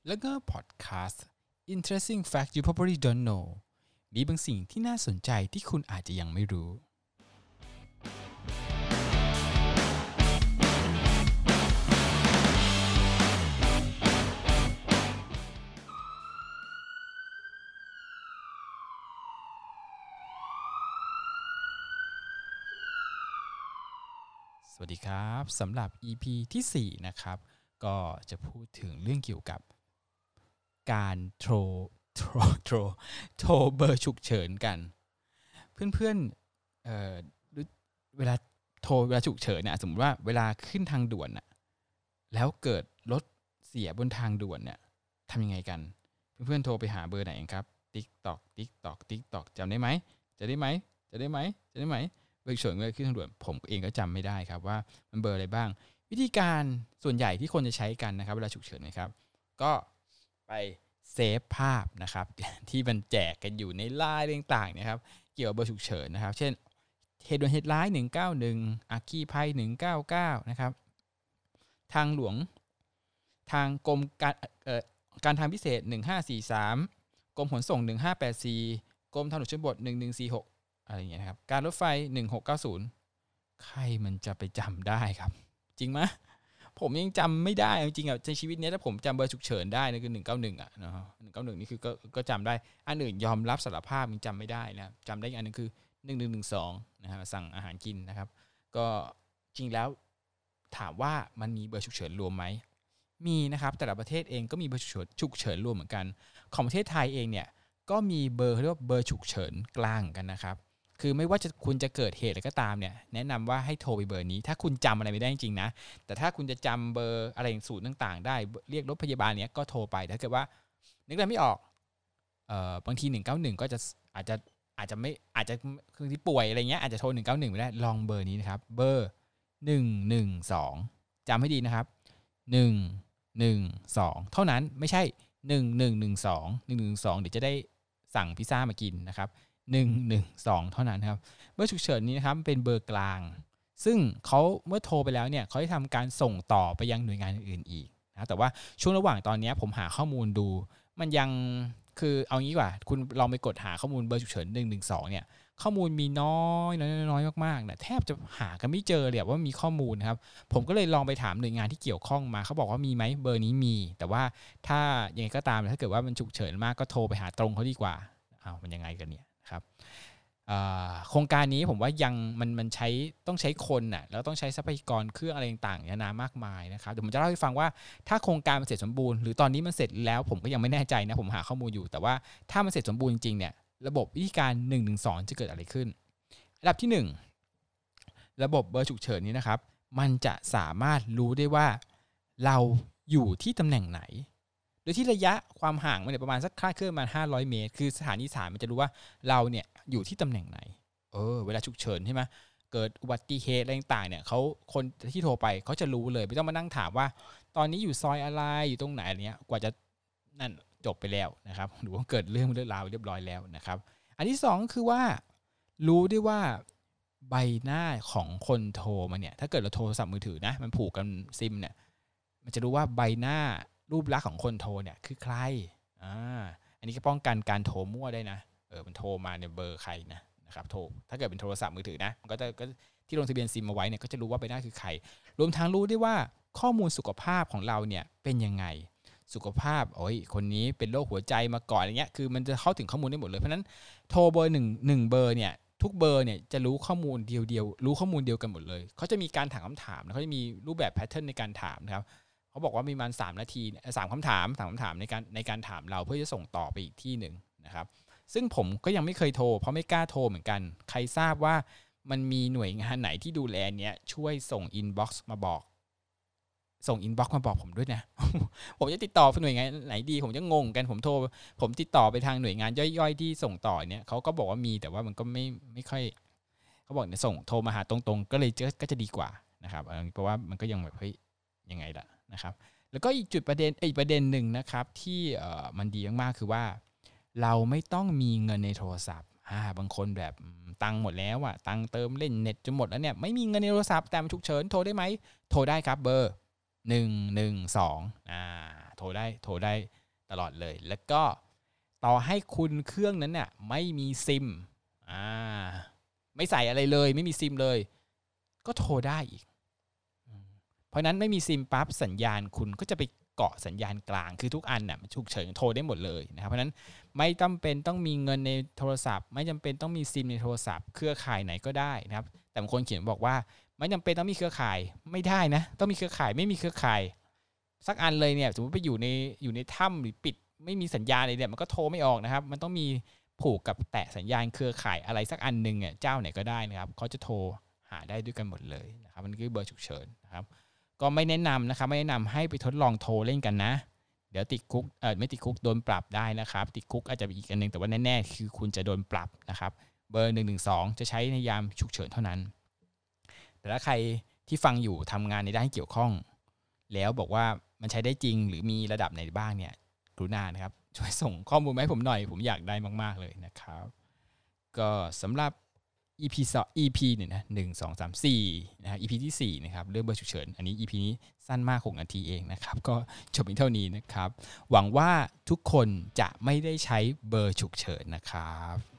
แล้วก็พอดแคสต์ Interesting Fact You Probably Don't Know มีบางสิ่งที่น่าสนใจที่คุณอาจจะยังไม่รู้สวัสดีครับสำหรับ EP ที่4นะครับก็จะพูดถึงเรื่องเกี่ยวกับการโทรเบอร์ฉุกเฉินกันเพื่อนๆเวลาฉุกเฉินเนี่ยสมมติว่าเวลาขึ้นทางด่วนน่ะแล้วเกิดรถเสียบนทางด่วนเนี่ยทำยังไงกันเพื่อนๆโทรไปหาเบอร์ไหนครับ TikTok จำได้ไหมจะได้ไหมเบอร์ฉุกเฉินเวลาขึ้นทางด่วนผมเองก็จำไม่ได้ครับว่ามันเบอร์อะไรบ้างวิธีการส่วนใหญ่ที่คนจะใช้กันนะครับเวลาฉุกเฉินนะครับก็ไปเซฟภาพนะครับที่มันแจกกันอยู่ในไลน์ต่างๆนะครับเกี่ยวกับเบอร์ฉุกเฉินนะครับเช่นเหตุด่วนเหตุร้าย191อัคคีภัย199นะครับทางหลวงทางกรมการทางพิเศษ1543กรมขนส่ง1584กรมทางหลวงชนบท1146อะไรอย่างเงี้ยนะครับการรถไฟ1690ใครมันจะไปจำได้ครับจริงไหมผมยังจำไม่ได้จริงๆในชีวิตนี้ถ้าผมจำเบอร์ฉุกเฉินได้นะคือ191นะฮะ191นี่คือก็จำได้อันอื่นยอมรับสารภาพยังจำไม่ได้นะจำได้อันนึงคือ1112นะฮะสั่งอาหารกินนะครับก็จริงแล้วถามว่ามันมีเบอร์ฉุกเฉินรวมไหมมีนะครับแต่ละประเทศเองก็มีเบอร์ฉุกเฉินรวมเหมือนกันของประเทศไทยเองเนี่ยก็มีเบอร์เรียกว่าเบอร์ฉุกเฉินกลางกันนะครับคือไม่ว่าคุณจะเกิดเหตุอะไรก็ตามเนี่ยแนะนำว่าให้โทรไปเบอร์นี้ถ้าคุณจำอะไรไม่ได้จริงๆนะแต่ถ้าคุณจะจำเบอร์อะไรสูตรต่างๆได้เรียกรถพยาบาลเนี้ยก็โทรไปถ้าเกิดว่านึกอะไรไม่ออกบางที191ก็จะอาจจะคือที่ป่วยอะไรเงี้ยอาจจะโทร191ไม่ได้ลองเบอร์นี้นะครับเบอร์112จำให้ดีนะครับ112เท่านั้นไม่ใช่1112เดี๋ยวจะได้สั่งพิซซ่ามากินนะครับ112เท่านั้นครับเบอร์ฉุกเฉินนี้นะครับเป็นเบอร์กลางซึ่งเขาเมื่อโทรไปแล้วเนี่ยเขาจะทำการส่งต่อไปยังหน่วยงานอื่นๆอีกนะแต่ว่าช่วงระหว่างตอนนี้ผมหาข้อมูลดูมันยังคือเอางี้กว่าคุณลองไปกดหาข้อมูลเบอร์ฉุกเฉิน112เนี่ยข้อมูลมีน้อยมากๆนะแทบจะหากันไม่เจอเลยว่ามีข้อมูลนะครับผมก็เลยลองไปถามหน่วยงานที่เกี่ยวข้องมาเขาบอกว่ามีไหมเบอร์นี้มีแต่ว่าถ้ายังไงก็ตามถ้าเกิดว่ามันฉุกเฉินมากก็โทรไปหาตรงเขาดีกว่ามันยังไงกันเนี่ยครับโครงการนี้ผมว่ายังมันต้องใช้คนน่ะแล้วต้องใช้ทรัพยากรเครื่องอะไรต่างๆนานามากมายนะครับเดี๋ยวผมจะเล่าให้ฟังว่าถ้าโครงการมันเสร็จสมบูรณ์หรือตอนนี้มันเสร็จแล้วผมก็ยังไม่แน่ใจนะผมหาข้อมูลอยู่แต่ว่าถ้ามันเสร็จสมบูรณ์จริงๆเนี่ยระบบวิธีการ112จะเกิดอะไรขึ้นระดับที่1ระบบเบอร์ฉุกเฉินนี้นะครับมันจะสามารถรู้ได้ว่าเราอยู่ที่ตำแหน่งไหนโดยที่ระยะความห่างมันเนี่ยประมาณสักคลาดเคลื่อนมา500 เมตรคือสถานี3มันจะรู้ว่าเราเนี่ยอยู่ที่ตำแหน่งไหนเวลาฉุกเฉินใช่ไหมเกิดอุบัติเหตุอะไรต่างๆเนี่ยคนที่โทรไปเขาจะรู้เลยไม่ต้องมานั่งถามว่าตอนนี้อยู่ซอยอะไรอยู่ตรงไหนอะไรเงี้ยกว่าจะนั่นจบไปแล้วนะครับหรือว่าเกิดเรื่องราวเรียบร้อยแล้วนะครับอันที่2คือว่ารู้ได้ว่าใบหน้าของคนโทรมาเนี่ยถ้าเกิดเราโทรศัพท์มือถือนะมันผูกกันซิมเนี่ยมันจะรู้ว่าใบหน้ารูปลักษณ์ของคนโทรเนี่ยคือใครอันนี้ก็ป้องกันการโทรมั่วได้นะมันโทรมาเนี่ยเบอร์ใครนะครับโทรถ้าเกิดเป็นโทรศัพท์มือถือนะมันก็ที่ลงทะเบียนซิมมาไว้เนี่ยก็จะรู้ว่าใบหน้าคือใครรวมทั้งรู้ได้ว่าข้อมูลสุขภาพของเราเนี่ยเป็นยังไงสุขภาพคนนี้เป็นโรคหัวใจมาก่อนอะไรเงี้ยคือมันจะเข้าถึงข้อมูลได้หมดเลยเพราะนั้นโทรเบอร์1เบอร์เนี่ยทุกเบอร์เนี่ยจะรู้ข้อมูลเดียวรู้ข้อมูลเดียวกันหมดเลยเขาจะมีการถามคำถามนะเขาจะมีรูปแบบแพทเทิร์นในการถามนะครับเขาบอกว่ามีประมาณ3 นาที3 คำถามในการถามเราเพื่อจะส่งต่อไปอีกที่หนึ่งนะครับซึ่งผมก็ยังไม่เคยโทรเพราะไม่กล้าโทรเหมือนกันใครทราบว่ามันมีหน่วยงานไหนที่ดูแลเนี้ยช่วยส่งอินบ็อกซ์มาบอกผมด้วยนะ ผมจะติดต่อไปหน่วยงานไหนดีผมจะงงกันผมติดต่อไปทางหน่วยงานย่อยๆที่ส่งต่อเนี่ยเขาก็บอกว่ามีแต่ว่ามันก็ไม่ค่อยเขาบอกเนี่ยโทรมาหาตรงๆก็เลยก็จะดีกว่านะครับเพราะว่ามันก็ยังแบบเฮ้ยยังไงล่ะนะครับแล้วก็อีกประเด็นหนึ่งนะครับที่มันดีมากๆคือว่าเราไม่ต้องมีเงินในโทรศัพท์บางคนแบบตังหมดแล้วตังเติมเล่นเน็ตจนหมดแล้วเนี่ยไม่มีเงินในโทรศัพท์แต่มันฉุกเฉินโทรได้ไหมโทรได้ครับเบอร์112โทรได้ตลอดเลยแล้วก็ต่อให้คุณเครื่องนั้นเนี่ยไม่มีซิมไม่ใส่อะไรเลยไม่มีซิมเลยก็โทรได้อีกเพราะนั้นไม่มีซิมปั๊บสัญญาณคุณก็จะไปเกาะสัญญาณกลางคือทุกอันน่ะมันฉุกเฉินโทรได้หมดเลยนะครับเพราะนั้นไม่จำเป็นต้องมีเงินในโทรศัพท์ไม่จำเป็นต้องมีซิมในโทรศัพท์เครือข่ายไหนก็ได้นะครับแต่บางคนเขียนบอกว่าไม่จำเป็นต้องมีเครือข่ายไม่ได้นะต้องมีเครือข่ายไม่มีเครือข่ายสักอันเลยเนี่ยสมมติไปอยู่ในถ้ำหรือปิดไม่มีสัญญาณเลยเนี่ยมันก็โทรไม่ออกนะครับมันต้องมีผูกกับแตะสัญญาณเครือข่ายอะไรสักอันนึงเนี่ยเจ้าไหนก็ได้นะครับเขาจะโทรหาได้ด้วยกันหมดเลยนะครับมันคือเบอร์ฉุกเฉินนะครับก็ไม่แนะนำนะครับไม่แนะนำให้ไปทดลองโทรเล่นกันนะเดี๋ยวติดคุกไม่ติดคุกโดนปรับได้นะครับติดคุกอาจจะเป็นอีกอันนึงแต่ว่าแน่ๆคือคุณจะโดนปรับนะครับเบอร์112จะใช้ในยามฉุกเฉินเท่านั้นแต่ถ้าใครที่ฟังอยู่ทำงานในด้านเกี่ยวข้องแล้วบอกว่ามันใช้ได้จริงหรือมีระดับไหนบ้างเนี่ยกรุณานะครับช่วยส่งข้อมูลมาให้ผมหน่อยผมอยากได้มากๆเลยนะครับก็สำหรับ EP เนี่ยนะ1 2 3 4นะครับ EP ที่4นะครับเรื่องเบอร์ฉุกเฉินอันนี้ EP นี้สั้นมาก6 นาทีเองนะครับก็จบเพียงเท่านี้นะครับหวังว่าทุกคนจะไม่ได้ใช้เบอร์ฉุกเฉินนะครับ